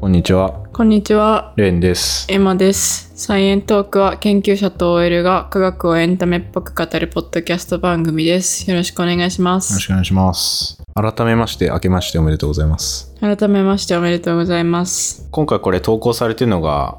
こんにちは。 こんにちは。 レンです。 エマです。サイエントークは研究者と OL が科学をエンタメっぽく語るポッドキャスト番組です。よろしくお願いします。 よろしくお願いします。改めまして明けましておめでとうございます。 改めましておめでとうございます。 今回これ投稿されてるのが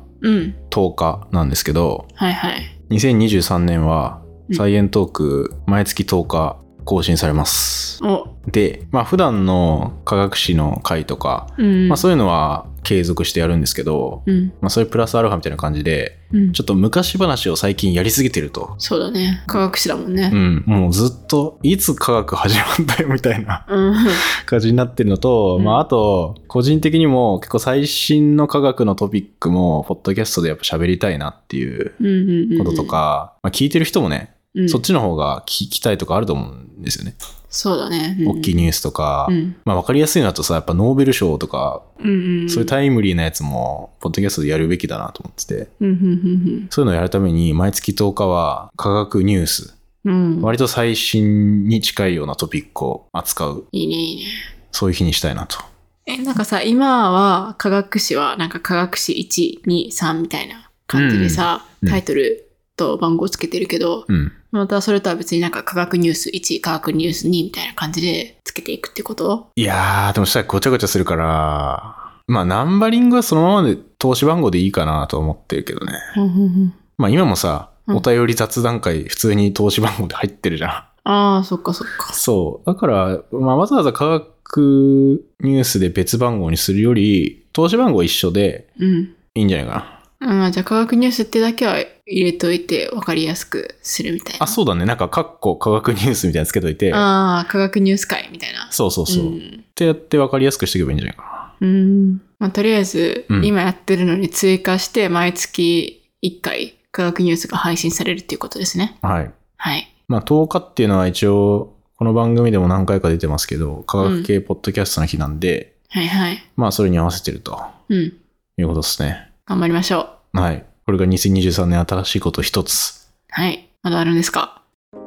10日なんですけど、 はいはい。 2023年はサイエントーク毎月10日更新されます。で、普段の科学史の回とか、そういうのは継続してやるんですけど、そういうプラスアルファみたいな感じで、ちょっと昔話を最近やりすぎてると。 そうだね。科学史だもんね。 もうずっといつ科学始まったよみたいな感じになってるのと、あと個人的にも結構最新の科学のトピックもポッドキャストでやっぱ喋りたいなっていうこととか、聞いてる人もね、そっちの方が聞きたいとかあると思うんですよね。 そうだね。 大きいニュースとか、わかりやすいのだとさ、やっぱノーベル賞とか、そういうタイムリーなやつもポッドキャストでやるべきだなと思ってて、そういうのをやるために毎月10日は科学ニュース、割と最新に近いようなトピックを扱う。 いいねいいね。 そういう日にしたいなと。 なんかさ、今は科学史はなんか科学史1、2、3みたいな感じでさ、タイトルと番号つけてるけど、またそれとは別になんか科学ニュース1、科学ニュース2みたいな感じでつけていくってこと？ いやー、でもしたらごちゃごちゃするから、ナンバリングはそのままで投資番号でいいかなと思ってるけどね。今もさ、お便り雑談会普通に投資番号で入ってるじゃん。 ああ、そっかそっか。 そう。だから、わざわざ科学ニュースで別番号にするより、投資番号一緒でいいんじゃないかな。 じゃあ科学ニュースってだけは入れといて分かりやすくするみたいな。 そうだね。なんか、カッコ科学ニュースみたいなのつけといて。 科学ニュース会みたいな。 そう。ってやって分かりやすくしていけばいいんじゃないかな。とりあえず、今やってるのに追加して、毎月1回科学ニュースが配信されるっていうことですね。 はい。10日っていうのは一応、この番組でも何回か出てますけど、科学系ポッドキャストの日なんで、それに合わせてると。いうことですね。 頑張りましょう。はい。これが2023年新しいこと一つ。 はい。まだあるんですか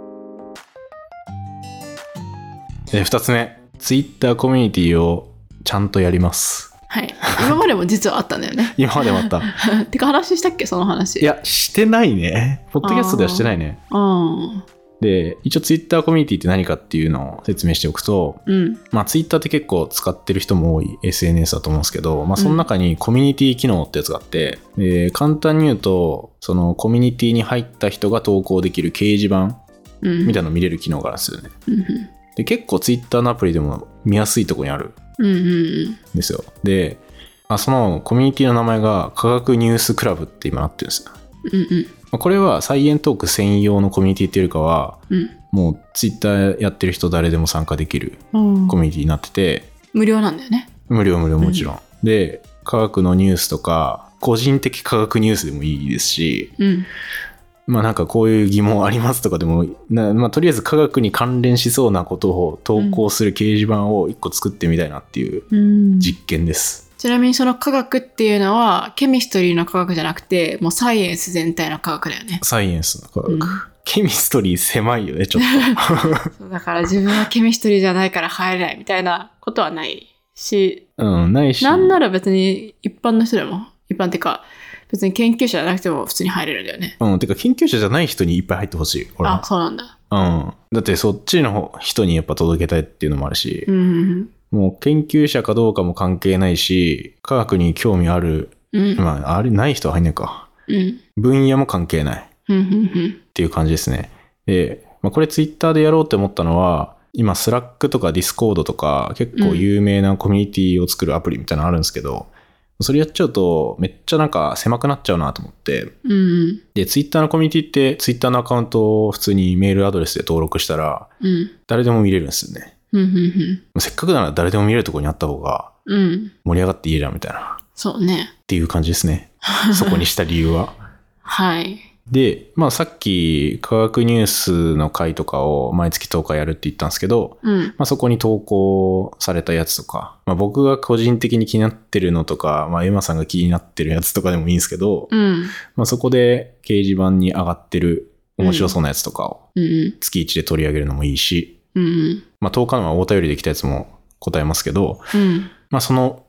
？2つ目。Twitter コミュニティをちゃんとやります。 はい。今までも実はあったんだよね。 今までもあった。 てか話したっけその話。 いや、してないね。ポッドキャストではしてないね。で、一応ツイッターコミュニティって何かっていうのを説明しておくと、ツイッターって結構使ってる人も多い SNS だと思うんですけど、その中にコミュニティ機能ってやつがあって、簡単に言うと、そのコミュニティに入った人が投稿できる掲示板みたいなのを見れる機能があるんですよね。で、結構ツイッターのアプリでも見やすいところにあるんですよ。で、そのコミュニティの名前が科学ニュースクラブって今なってるんですよ。これはサイエントーク専用のコミュニティっていうよりかは、もうツイッターやってる人誰でも参加できるコミュニティになってて、 無料なんだよね。 無料もちろん。で、科学のニュースとか、個人的科学ニュースでもいいですし、なんかこういう疑問ありますとかでも、とりあえず科学に関連しそうなことを投稿する掲示板を一個作ってみたいなっていう実験です。 ちなみにその科学っていうのはケミストリーの科学じゃなくてもうサイエンス全体の科学だよね。 サイエンスの科学、ケミストリー狭いよねちょっとそうだから自分はケミストリーじゃないから入れないみたいなことはないし、 ないし、 なんなら別に一般の人でも、一般ってか別に研究者じゃなくても普通に入れるんだよね。 てか研究者じゃない人にいっぱい入ってほしい。 そうなんだ。 だってそっちの人にやっぱ届けたいっていうのもあるし、もう研究者かどうかも関係ないし、科学に興味ある、あれない人は入んないか。分野も関係ない。っていう感じですね。で、これツイッターでやろうって思ったのは、今スラックとかディスコードとか結構有名なコミュニティを作るアプリみたいなのあるんですけど、それやっちゃうとめっちゃなんか狭くなっちゃうなと思って、でツイッターのコミュニティってツイッターのアカウントを普通にメールアドレスで登録したら、誰でも見れるんですよね。せっかくなら誰でも見れるところにあった方が盛り上がっていいじゃんみたいな。 そうね。 っていう感じですね。そこにした理由は。 はい。 で、さっき科学ニュースの回とかを毎月10日やるって言ったんですけど、そこに投稿されたやつとか、僕が個人的に気になってるのとか、エマさんが気になってるやつとかでもいいんですけど、そこで掲示板に上がってる面白そうなやつとかを月1で取り上げるのもいいし、10日のはお便りできたやつも答えますけど、その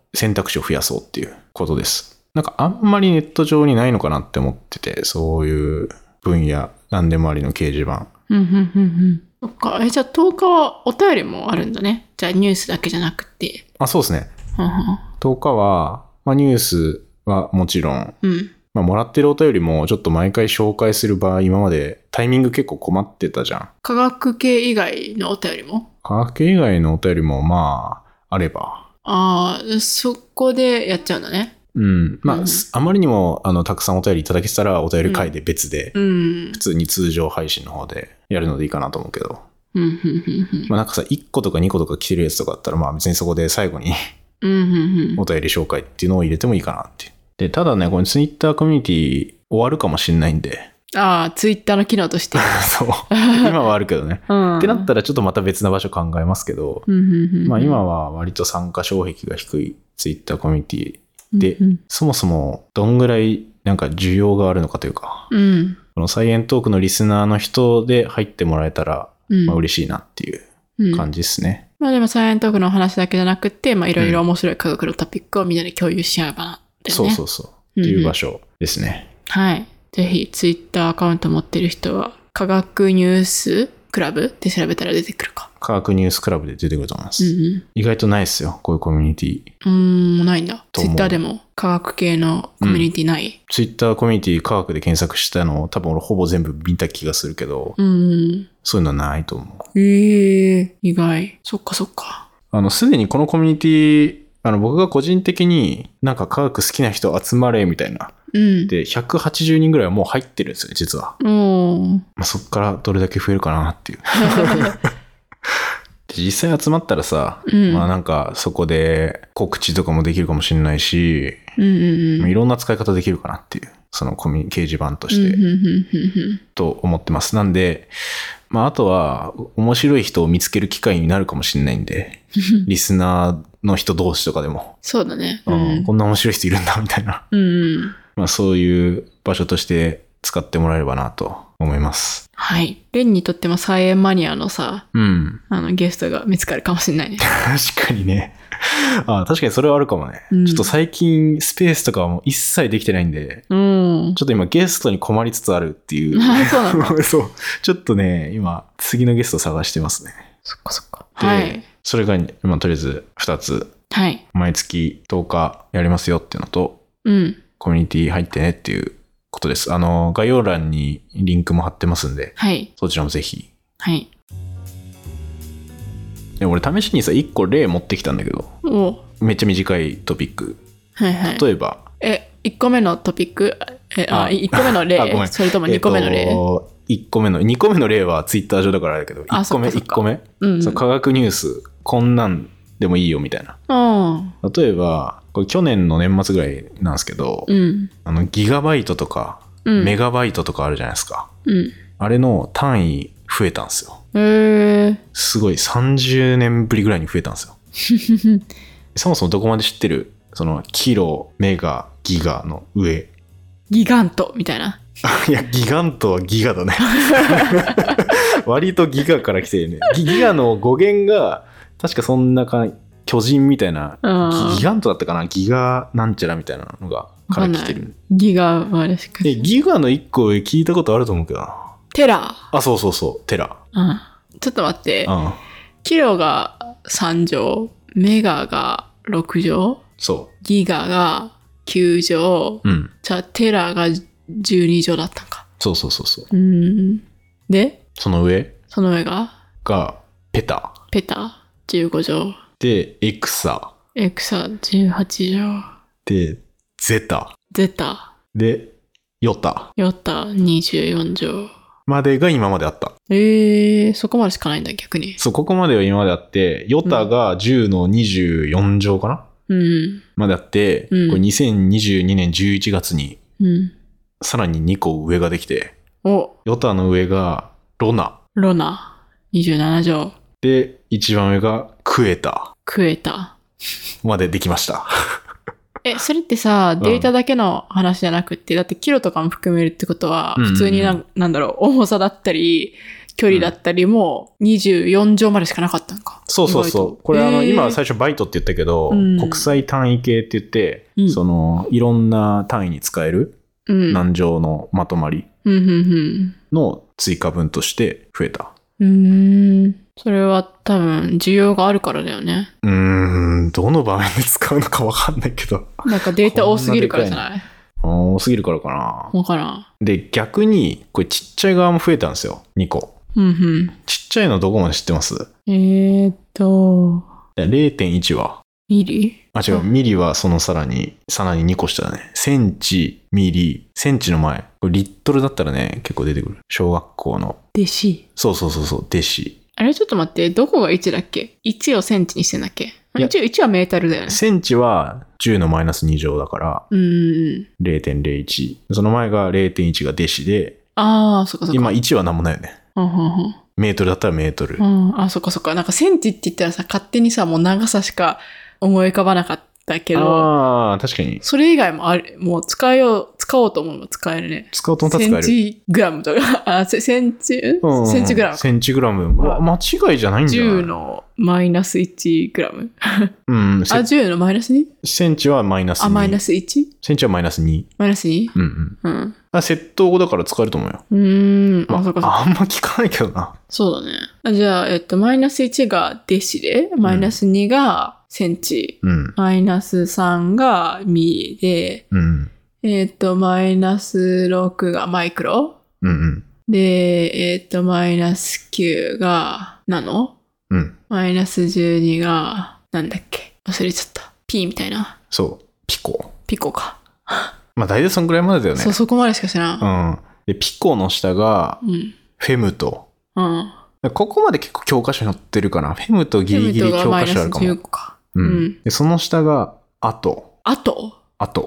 選択肢を増やそうっていうことです。なんかあんまりネット上にないのかなって思ってて、そういう分野、何でもありの掲示板。 そっか。じゃあ10日はお便りもあるんだね。じゃあニュースだけじゃなくて。 そうですね。10日は、ニュースはもちろん、もらってるお便りもちょっと毎回紹介する場合、今までタイミング結構困ってたじゃん。 科学系以外のお便りも？ 科学系以外のお便りもあれば。 そこでやっちゃうんだね。 あまりにもたくさんお便りいただけてたらお便り会で別で、普通に通常配信の方でやるのでいいかなと思うけど。なんかさ、1個とか2個とか来てるやつとかだったら、別にそこで最後にお便り紹介っていうのを入れてもいいかなっていう。で、ただね、このツイッターコミュニティ終わるかもしれないんで。 ツイッターの機能として。 そう。今はあるけどね。ってなったらちょっとまた別な場所考えますけど、今は割と参加障壁が低いツイッターコミュニティで、そもそもどんぐらいなんか需要があるのかというか、このサイエントークのリスナーの人で入ってもらえたら、嬉しいなっていう感じですね。 でもサイエントークの話だけじゃなくて、いろいろ面白い科学のトピックをみんなで共有し合えばなってね。 そうっていう場所ですね。 はい。ぜひツイッターアカウント持ってる人は科学ニュースクラブって調べたら出てくるか。 科学ニュースクラブで出てくると思います。意外とないですよ、こういうコミュニティ。ないんだ。ツイッターでも科学系のコミュニティない？ ツイッターコミュニティ科学で検索したのを多分俺ほぼ全部見た気がするけど、そういうのはないと思う。 意外。そっか。 すでにこのコミュニティ、僕が個人的になんか科学好きな人集まれみたいな。で、180人ぐらいはもう入ってるんですよね、実は。そっからどれだけ増えるかなっていう。で実際集まったらさ、なんかそこで告知とかもできるかもしれないし、いろんな使い方できるかなっていう、その掲示板として、と思ってます。なんで、あとは面白い人を見つける機会になるかもしれないんで、リスナーの人同士とかでも。 そうだね。 こんな面白い人いるんだみたいな。そういう場所として使ってもらえればなと思います。 はい。レンにとってもサイエンマニアのさ、ゲストが見つかるかもしれないね。 確かにね。確かにそれはあるかもね。ちょっと最近スペースとかはもう一切できてないんで、ちょっと今ゲストに困りつつあるっていう。 そうなの？ そう。ちょっとね、今次のゲスト探してますね。 そっか。 はい。それが今とりあえず2つ。 はい。 毎月10日やりますよっていうのと、コミュニティ入ってねっていうことです。概要欄にリンクも貼ってますんで、そちらもぜひ。 はい。 で俺試しにさ、1個例持ってきたんだけど、めっちゃ短いトピック。例えば。 1個目のトピック1個目の例それとも2個目の例 2個目の例はツイッター上だからあれだけど、1個目、その科学ニュース、こんなんでもいいよみたいな。例えば、これ去年の年末ぐらいなんですけど、ギガバイトとか、メガバイトとかあるじゃないですか。あれの単位増えたんですよ。すごい30年ぶりぐらいに増えたんですよ。そもそもどこまで知ってる？そのキロ、メガ、ギガの上。 ギガントみたいな。 いや、ギガントはギガだね。割とギガから来てるね。ギガの語源が、確かそんな巨人みたいな、ギガントだったかな、ギガなんちゃらみたいなのがから来てる。 ギガはあれしかギガの1個上聞いたことあると思うけどな。 テラ。 そう、テラ。 ちょっと待って。キロが3乗、メガが6乗、ギガが9乗、じゃあテラが12乗だったんか。 そう。 で、 その上がペタ 15乗。 で、エクサ 18乗。 で、ゼタ。で、ヨタ 24乗。 までが今まであった。 そこまでしかないんだ、逆に。 そう、ここまでは今まであって、ヨタが10の24乗かな、まであって、これ2022年11月に、さらに2個上ができて、ヨタの上がロナ 27乗。 で、一番上がクエタまでできました。 それってさ、データだけの話じゃなくて、だってキロとかも含めるってことは、普通に重さだったり、 距離だったりも24乗までしかなかったのか。 そうそうそう。これ今最初バイトって言ったけど、国際単位系って言って、そのいろんな単位に使える何乗のまとまりの追加分として増えた。 それは多分需要があるからだよね。 どの場面で使うのかわかんないけど。 なんかデータ多すぎるからじゃない？ 多すぎるからかな。 わからん。 で、逆に、これちっちゃい側も増えたんですよ。2個。ちっちゃいのどこまで知ってます？0.1 はミリ？ 違う。ミリはそのさらに2個下だね。センチ、ミリ、センチの前。これリットルだったらね、結構出てくる。小学校の。 デシ。 そう、デシ。 あれちょっと待って、どこが1だっけ？ 1 をセンチにしてんだっけ？1はメータルだよね。 センチは10のマイナス2乗だから、0.01。その前が 0.1 がデシで、 そっかそっか。 今1はなんもないよね。メートルだったらメートル。 そっかそっか。なんかセンチって言ったらさ、勝手にさ、もう長さしか思い浮かばなかったけど。 確かに。 それ以外ももう使おうと思えば使えるね。 使おうと思ったら使える。 センチグラムとか、センチグラム。 センチグラム。間違いじゃないんじゃない？ 10 のマイナス1グラム。10のマイナス 2？ センチはマイナス2。 マイナス 1？ センチはマイナス2。 マイナス 2？ 窃盗語だから使えると思うよ。 そうか。 あんま聞かないけどな。 そうだね。じゃあ、マイナス1がデシで、マイナス2がセンチ、マイナス3がミリで、マイナス6がマイクロ、で、マイナス9がナノ、マイナス12が、なんだっけ、忘れちゃった。P みたいな。 そう、ピコ。 ピコか。 まあ大体そんぐらいまでだよね。 そう、そこまでしか知らん。 で、ピコの下が、フェムト。ここまで結構教科書に載ってるかな。フェムトギリギリ教科書あるかも。 フェムトがマイナス15か。 で、その下が、アト。 あと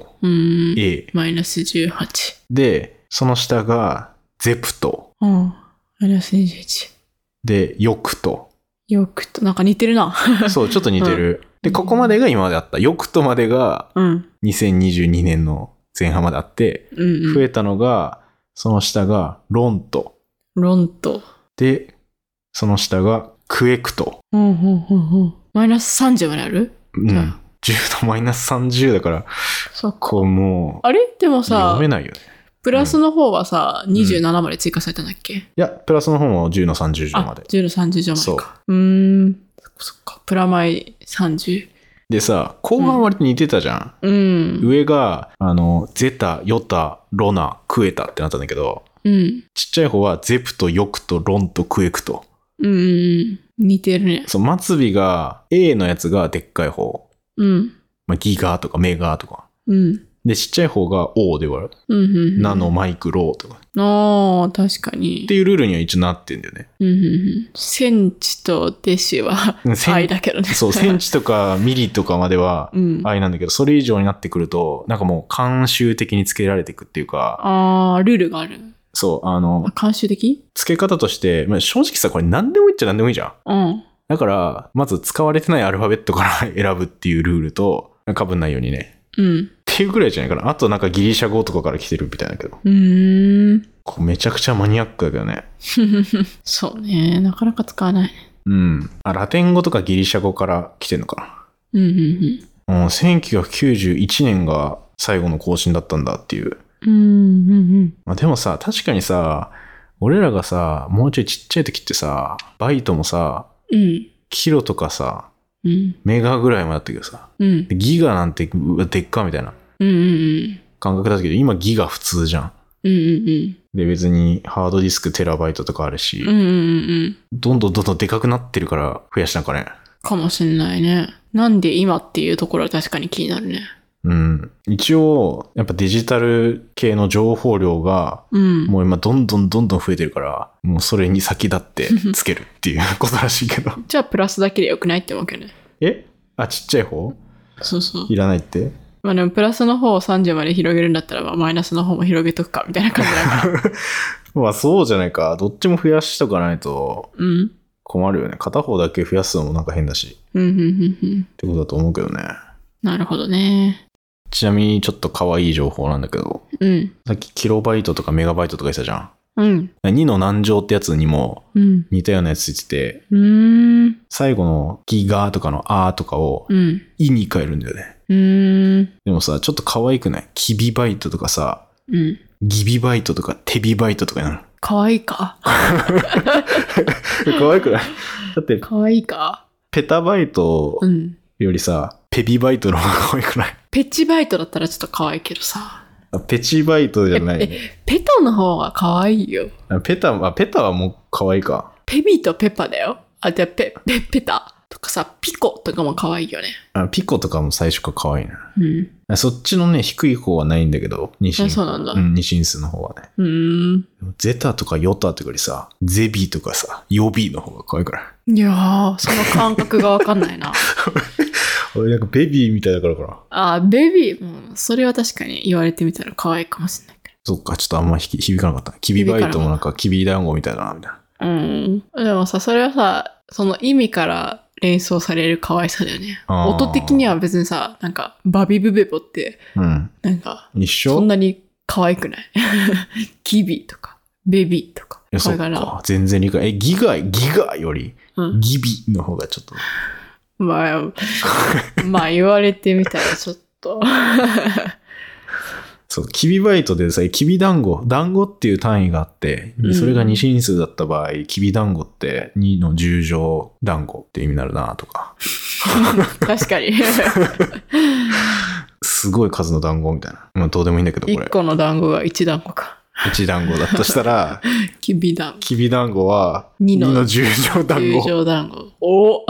A。 マイナス18。 で、その下が、ゼプト。 マイナス21。 で、ヨクト。 なんか似てるな。 そう、ちょっと似てる。で、ここまでが今まであった。ヨクトまでが、2022年の前半まであって、増えたのが、その下が、ロント。で、その下が、クエクト。 マイナス30まである ？10のマイナス30だから、 そっか。 こうもう、 あれでもさ、 読めないよね。 プラスの方はさ、27まで追加されたんだっけ？ いや、プラスの方も10の30乗まで。 10の30乗までか。そっか。プラマイ30。 でさ、後半割と似てたじゃん。上が、ゼタ、ヨタ、ロナ、クエタってなったんだけど、ちっちゃい方はゼプト、ヨクト、ロント、クエクト。 似てるね。 そう、末尾が A のやつがでっかい方。ギガとかメガとか。で、ちっちゃい方が O で割る。ナノ、マイクロとか。 確かに。 っていうルールには一応なってんだよね。 センチとデシは愛だけどね。 そう、センチとかミリとかまでは愛なんだけど、それ以上になってくると、なんかもう慣習的につけられていくっていうか。 ルールがある。 そう、 慣習的？ 付け方として、正直さ、これ何でもいいっちゃ何でもいいじゃん。だから、まず使われてないアルファベットから選ぶっていうルールと、被んないようにね。っていうぐらいじゃないかな。あとなんかギリシャ語とかから来てるみたいだけど。こうめちゃくちゃマニアックだけどね。 そうね。なかなか使わない。 ラテン語とかギリシャ語から来てんのかな。1991年が最後の更新だったんだっていう。でもさ、確かにさ、俺らがさ、もうちょいちっちゃい時ってさ、バイトもさ、キロとかさ、メガぐらいまでだったけどさ、ギガなんてでっかみたいな感覚だったけど、今ギガ普通じゃん。で、別にハードディスクテラバイトとかあるし、どんどんでかくなってるから増やしたんかね。 かもしんないね。なんで今っていうところは確かに気になるね。 一応、やっぱデジタル系の情報量が、もう今どんどん増えてるから、もうそれに先立ってつけるっていうことらしいけど。 じゃあプラスだけでよくないってわけね。 ちっちゃい方？ そうそう。 いらないって？ でもプラスの方を30まで広げるんだったら、マイナスの方も広げとくかみたいな感じだから。 そうじゃないか。どっちも増やしとかないと困るよね。片方だけ増やすのもなんか変だし。ってことだと思うけどね。 なるほどね。 ちなみにちょっと可愛い情報なんだけど、さっきキロバイトとかメガバイトとか言ってたじゃん。 うん。 2の何乗ってやつにも似たようなやつついてて、最後のギガとかのあーとかをイに変えるんだよね。でもさ、ちょっと可愛くない？キビバイトとかさ、ギビバイトとかテビバイトとかになる。 可愛いか可愛くない？だって、 可愛いかペタバイトよりさ、ペビバイトの方が可愛くない？ ペチバイトだったらちょっと可愛いけどさ。 ペチバイトじゃない、ね。 ペトの方が可愛いよ。 ペタはもう可愛いか。 ペビとペパだよ。あ、じゃあペタとかさ、ピコとかも可愛いよね。 ピコとかも最初から可愛いな。そっちのね、低い方はないんだけど、 そうなんだ。 二進数の方はね。ゼタとかヨタとかよりさ、ゼビとかさ、ヨビの方が可愛いから。 いやー、その感覚がわかんないな。 俺なんかベビーみたいだからかな。 あ、ベビー、それは確かに言われてみたら可愛いかもしれないけど。そっか、ちょっとあんま響かなかった。キビバイトもなんかキビ団子みたいだな、みたいな。でもさ、それはさ、その意味から連想される可愛さだよね。音的には別にさ、なんか、バビブベボって、なんか、 一緒？ そんなに可愛くないキビとか、ベビーとか。 そっか、全然理解。ギガより、ギビの方がちょっと。 まあ言われてみたらちょっと。 そう、キビバイトでさ、キビ団子っていう単位があって、それが2進数だった場合、キビ団子って2の10乗団子って意味になるなとか。 確かに。 すごい数の団子みたいな。まあどうでもいいんだけど、これ。 1個の団子が1団子か。 1団子だとしたら、 キビ団子は2の10乗団子。 10乗団子。お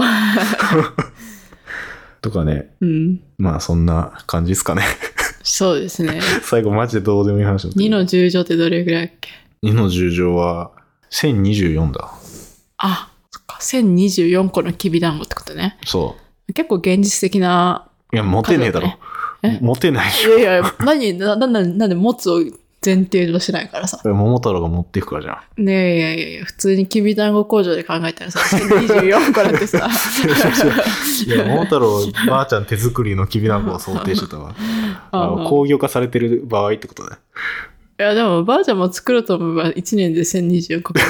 とかね。まあそんな感じですかね。 そうですね。 最後マジでどうでもいい話だった。 2の10乗ってどれぐらいだっけ？ 2 の10乗は1024だ。 あ、そっか。1024個のきび団子ってことね。 そう。 結構現実的な、 いや、持てねえだろ。持てないよ。いや、なんで持つを前提としないからさ。 桃太郎が持っていくからじゃん。 ねえ、いや、普通にきび団子工場で考えたらさ、1024個なんてさ。 いや、桃太郎、ばあちゃん手作りのきび団子を想定してたわ。工業化されてる場合ってことね。 いや、でも、ばあちゃんも作ろうと思えば1年で1024個。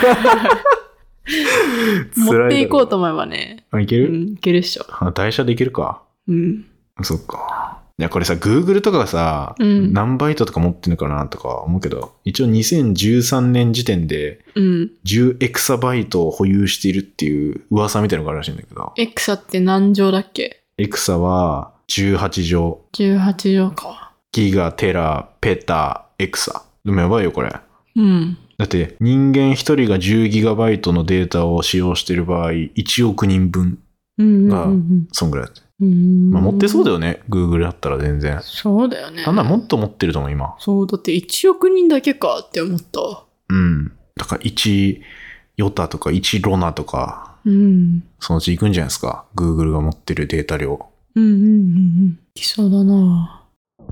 持っていこうと思えばね。 いける？ いけるっしょ。 台車でいけるか。そっか。いや、これさ、Google とかがさ、何バイトとか持ってんのかなとか思うけど、一応2013年時点で、10エクサバイトを保有しているっていう噂みたいなのがあるらしいんだけど。 エクサって何乗だっけ？ エクサは18乗。 18乗か。 ギガ、テラ、ペタ、エクサ。でもやばいよ、これ。だって、人間一人が10ギガバイトのデータを使用している場合、1億人分が、そんぐらいだって。まあ持ってそうだよね。Google だったら全然。 そうだよね。 なんならもっと持ってると思う、今。 そう、だって1億人だけかって思った。 だから1ヨタとか1ロナとか、そのうち行くんじゃないですか。Google が持ってるデータ量。 来そうだな。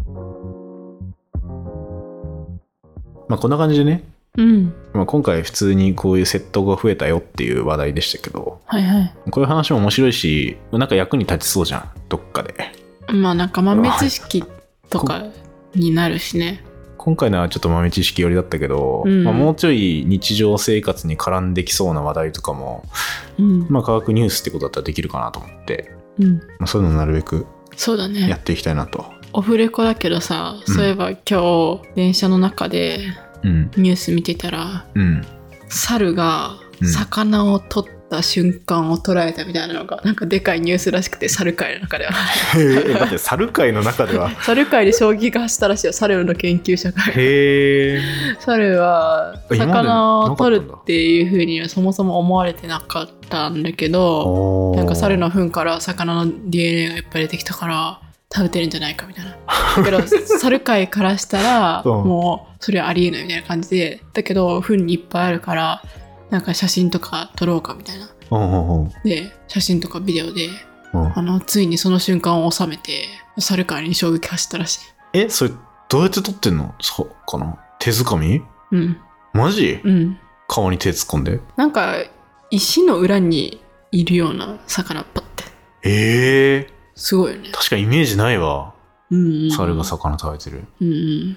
まあこんな感じでね。まあ今回普通にこういうセットが増えたよっていう話題でしたけど、こういう話も面白いし、なんか役に立ちそうじゃん、どっかで。 まあなんか豆知識とかになるしね。 今回のはちょっと豆知識寄りだったけど、まあ、もうちょい日常生活に絡んできそうな話題とかも、まあ科学ニュースってことだったらできるかなと思って、まあ、そういうのをなるべくやっていきたいなと。 オフレコだけどさ、そういえば今日電車の中でニュース見てたら、猿が魚を取った瞬間を捉えたみたいなのがなんかでかいニュースらしくて、猿界の中では。 だって猿界の中では猿界で衝撃が走ったらしいよ、猿の研究者が。猿は魚を取るっていう風にはそもそも思われてなかったんだけど、なんか猿の糞から魚の DNA がいっぱい出てきたから食べてるんじゃないかみたいな。だけど猿界からしたらもうそれはありえないみたいな感じで、だけど糞にいっぱいあるからなんか写真とか撮ろうかみたいな。で写真とかビデオでついにその瞬間を収めて猿界に衝撃走ったらしい。 それどうやって撮ってんの？そうかな、手づかみ？マジ？顔に手突っ込んで、 なんか石の裏にいるような魚パッて。すごいよね。 確かにイメージないわ。猿が魚食べてる。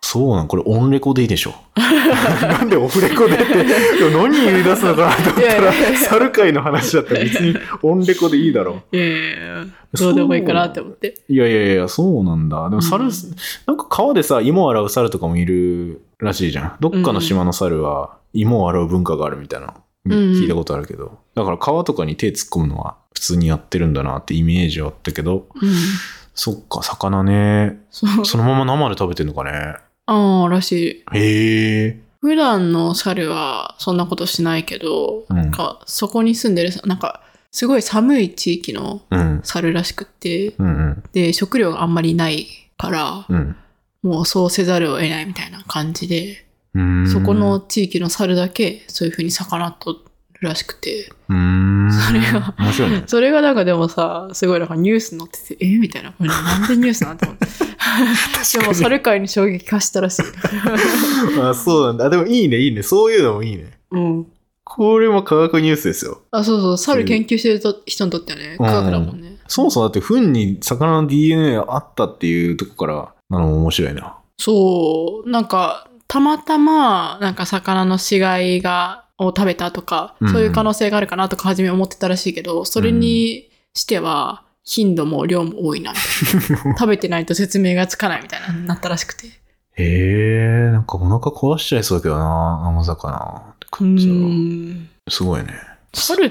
そうなん、これオンレコでいいでしょ。なんでオフレコでって、何言い出すのかなと思ったら、猿界の話だったら別にオンレコでいいだろう。 いやどうでもいいかなって思って。 いや、そうなんだ。でも猿、なんか川でさ、芋を洗う猿とかもいるらしいじゃん。どっかの島の猿は芋を洗う文化があるみたいな、聞いたことあるけど。だから川とかに手突っ込むのは普通にやってるんだなってイメージはあったけど、そっか、魚ね。そのまま生で食べてんのかね。 ああ、らしい。 へえ。 普段の猿はそんなことしないけど、なんかそこに住んでる、なんかすごい寒い地域の猿らしくって、で、食料があんまりないから、もうそうせざるを得ないみたいな感じで、そこの地域の猿だけそういう風に魚取るらしくて、それが、面白いね。それがなんかでもさ、すごいなんかニュースに載ってて、みたいな、これなんでニュースなんて思って。でも猿界に衝撃化したらしい。 あ、そうなんだ。でもいいね。そういうのもいいね。これも科学ニュースですよ。 あ、そう。猿研究してる人にとってはね、科学だもんね。 そもそもだって糞に魚の DNA あったっていうとこからなのも面白いな。 そう。なんか、たまたま、なんか魚の死骸を食べたとか、そういう可能性があるかなとか初め思ってたらしいけど、それにしては、頻度も量も多いなみたいな。食べてないと説明がつかないみたいななったらしくて。 なんかお腹壊しちゃいそうだけどな、生魚。すごいね。 猿って、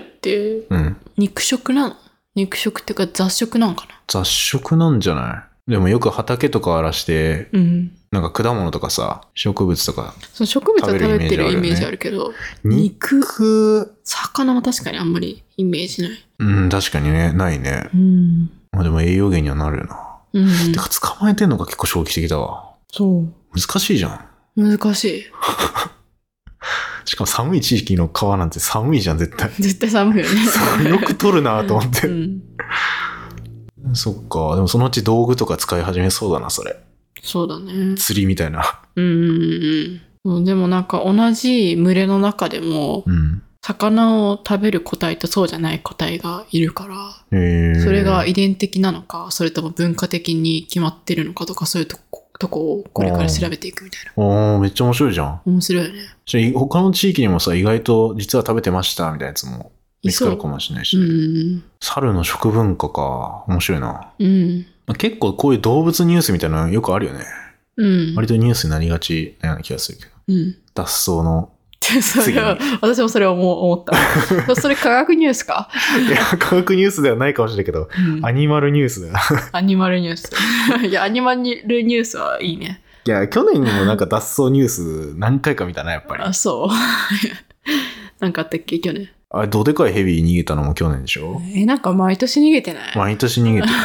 肉食なの？肉食っていうか雑食なんかな？ 雑食なんじゃない？でもよく畑とか荒らして、なんか果物とかさ、植物とか、 そう、植物は食べてるイメージあるけど、肉、魚も確かにあんまりイメージない。 確かにね、ないね。まあでも栄養源にはなるよな。てか捕まえてんのが結構衝撃的だわ。 そう。 難しいじゃん。 難しい。 しかも寒い地域の川なんて寒いじゃん、絶対。 絶対寒いよね。 よく取るなと思って。そっか。でもそのうち道具とか使い始めそうだな、それ。 そうだね。 釣りみたいな。 でもなんか同じ群れの中でも、魚を食べる個体とそうじゃない個体がいるから、それが遺伝的なのか、それとも文化的に決まってるのかとか、そういうとこをこれから調べていくみたいな。めっちゃ面白いじゃん。 面白いよね。 他の地域にもさ、意外と実は食べてましたみたいなやつも見つかるかもしれないし、ね。猿の食文化か。面白いな。結構こういう動物ニュースみたいなのよくあるよね。割とニュースになりがちなような気がするけど。脱走の。 私もそれを思った。それ科学ニュースか？ いや、科学ニュースではないかもしれないけど、アニマルニュースだよ。 アニマルニュース。いや、アニマルニュースはいいね。 いや、去年にもなんか脱走ニュース何回か見たな、やっぱり。 あ、そう。なんかあったっけ、去年。 あれ、どでかいヘビ逃げたのも去年でしょ？ なんか毎年逃げてない？ 毎年逃げてる。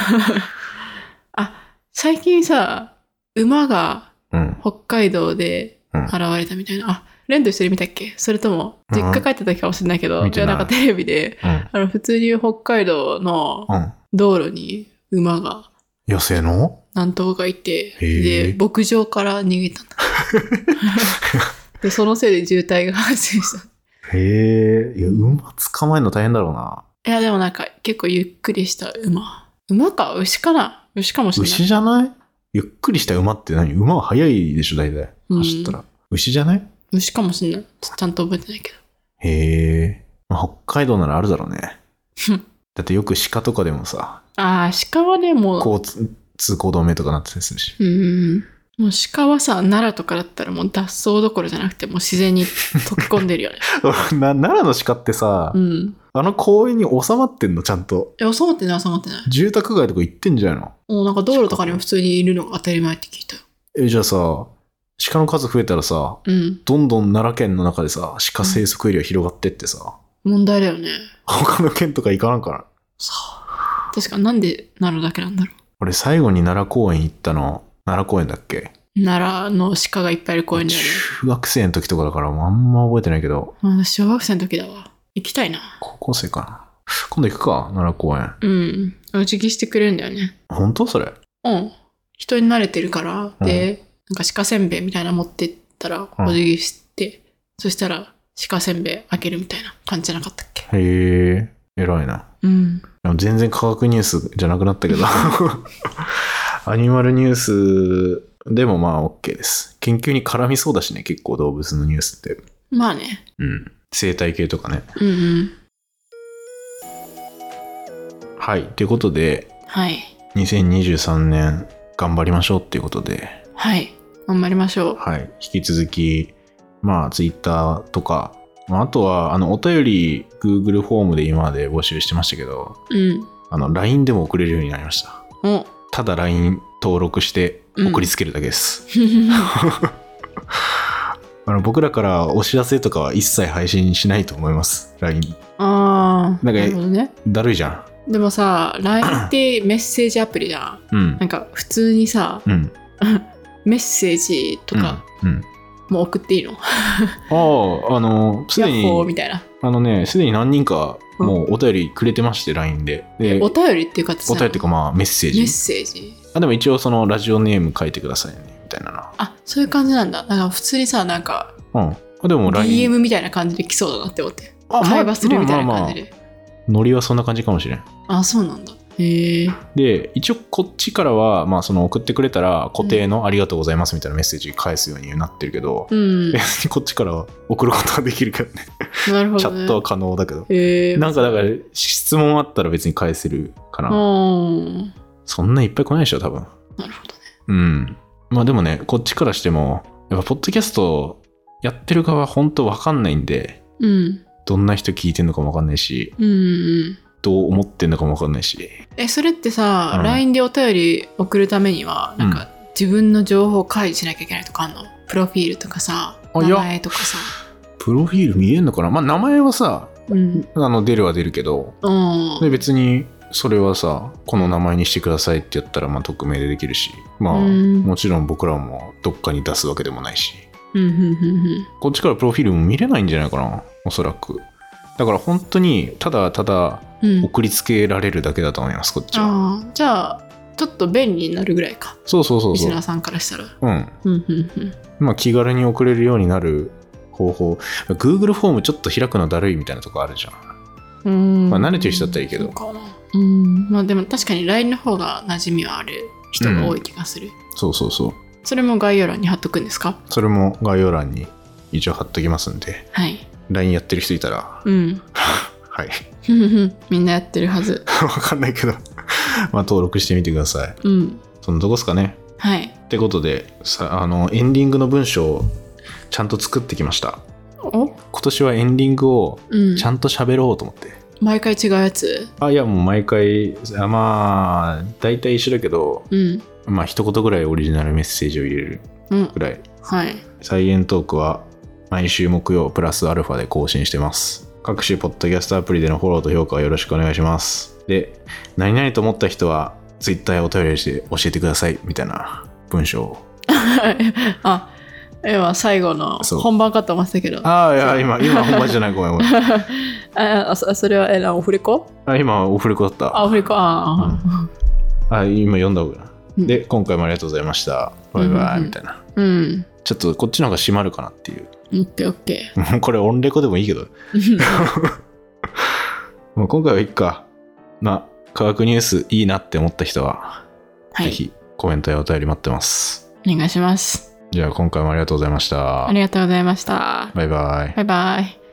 最近さ、馬が北海道で現れたみたいな。レンド一緒に見たっけ？それとも、実家帰った時かもしれないけど、いやなんかテレビで、普通に北海道の道路に馬が、 野生の何頭かいて、で、牧場から逃げたんだ。で、そのせいで渋滞が発生した。 いや、馬捕まえるの大変だろうな。 いや、でもなんか結構ゆっくりした馬。馬か牛かな？牛かもしれない。 牛じゃない？ゆっくりした馬って何？馬は速いでしょ、大体。走ったら。牛じゃない？ 牛かもしれない。ちゃんと覚えてないけど。 北海道ならあるだろうね。だってよく鹿とかでもさ。 鹿はね、もう。 通行止めとかなってたりするし。 もう鹿はさ、奈良とかだったらもう脱走どころじゃなくてもう自然に溶け込んでるよね。 奈良の鹿ってさ、あの公園に収まってんのちゃんと。 収まってない。 住宅街とか行ってんじゃないの？ もうなんか道路とかにも普通にいるのが当たり前って聞いたよ。 じゃあさ、鹿の数増えたらさ、どんどん奈良県の中でさ、鹿生息エリア広がってってさ。 問題だよね。 他の県とか行かなんかな。 確かなんで奈良だけなんだろう。 俺最後に奈良公園行ったの、奈良公園だっけ？ 奈良の鹿がいっぱいいる公園だよね。 中学生の時とかだからもうあんま覚えてないけど。 小学生の時だわ。行きたいな。 高校生かな。今度行くか、奈良公園。 お辞儀してくれるんだよね。 本当それ？ 人に慣れてるから、で、なんか鹿せんべいみたいなの持ってったら、お辞儀して、そしたら鹿せんべいあげるみたいな感じじゃなかったっけ？ 偉いな。でも全然科学ニュースじゃなくなったけど。アニマルニュースでもまあ OK です。研究に絡みそうだしね、結構動物のニュースって。 まあね。 うん。生態系とかね。 うんうん。 はい。ということで、 はい。 2023年頑張りましょうっていうことで。 はい。頑張りましょう。 はい。引き続き、まあ Twitter とか、あとはお便り Google フォームで今まで募集してましたけど、 うん。 LINE でも送れるようになりました。ただ LINE 登録して送りつけるだけです。僕らからお知らせとかは一切配信しないと思います。LINE。 ああ。なるほどね。 だるいじゃん。 でもさ、LINE ってメッセージアプリじゃん。 うん。 なんか普通にさ、うん、メッセージとか、もう送っていいの？ すでに、 ヤッホーみたいな。 すでに何人かもうお便りくれてまして、LINE で。 お便りっていうかお便りっていうかまあメッセージ。 メッセージ。 でも一応そのラジオネーム書いてくださいね、みたいなな。 あ、そういう感じなんだ。だから普通にさ、なんか、 でも DM みたいな感じで来そうだなって思って。会話するみたいな感じで。 ノリはそんな感じかもしれん。 あ、そうなんだ。へえ。 で、一応こっちからは、まあその送ってくれたら固定のありがとうございますみたいなメッセージ返すようになってるけど、別にこっちからは送ることはできるけどね。 なるほどね。 チャットは可能だけど。なんかだから質問あったら別に返せるかな。そんないっぱい来ないでしょ、多分。 なるほどね。 うん。まあでもね、こっちからしても、やっぱポッドキャストやってる側は本当わかんないんで、どんな人聞いてんのかもわかんないし、どう思ってんのかもわかんないし。それってさ、LINE でお便り送るためには、なんか自分の情報を開示しなきゃいけないとかあんの？プロフィールとかさ、名前とかさ。 プロフィール見えんのかな？まあ名前はさ、出るは出るけど、で別にそれはさ、この名前にしてくださいってやったらまあ匿名でできるし、まあもちろん僕らもどっかに出すわけでもないし、こっちからプロフィールも見れないんじゃないかな、おそらく。だから本当にただただ送りつけられるだけだと思います、こっちは。 じゃあちょっと便利になるぐらいか。 そうリスナーさんからしたら。 まあ気軽に送れるようになる方法。Google フォームちょっと開くのだるいみたいなとこあるじゃん。まあ慣れてる人だったらいいけど。 まあでも確かに LINE の方が馴染みはある人が多い気がする。 そう。 それも概要欄に貼っとくんですか？ それも概要欄に一応貼っときますんで。 はい。 LINE やってる人いたら。はい。 みんなやってるはず。 わかんないけど。まあ登録してみてください。そのとこっすかね。 はい。 ってことでエンディングの文章をちゃんと作ってきました。今年はエンディングをちゃんと喋ろうと思って。 毎回違うやつ？ いやもう毎回まあ大体一緒だけど、まあ一言ぐらいオリジナルメッセージを入れるぐらい。 はい。 サイエントークは毎週木曜プラスアルファで更新してます。各種ポッドキャストアプリでのフォローと評価をよろしくお願いします。で、何々と思った人は Twitter やお便りして教えてくださいみたいな文章を。 今最後の本番かと思ってたけど。 いや今本番じゃない。ごめん。 それはオフレコ？ 今オフレコだった。 オフレコ。 今読んだ方がいい。で、今回もありがとうございました。バイバイみたいな。ちょっとこっちの方が締まるかなっていう。 オッケー。 これオンレコでもいいけど。もう今回はいいか。まあ科学ニュースいいなって思った人は、ぜひコメントやお便り待ってます。 お願いします。 じゃあ今回もありがとうございました。 ありがとうございました。 バイバイ。 バイバイ。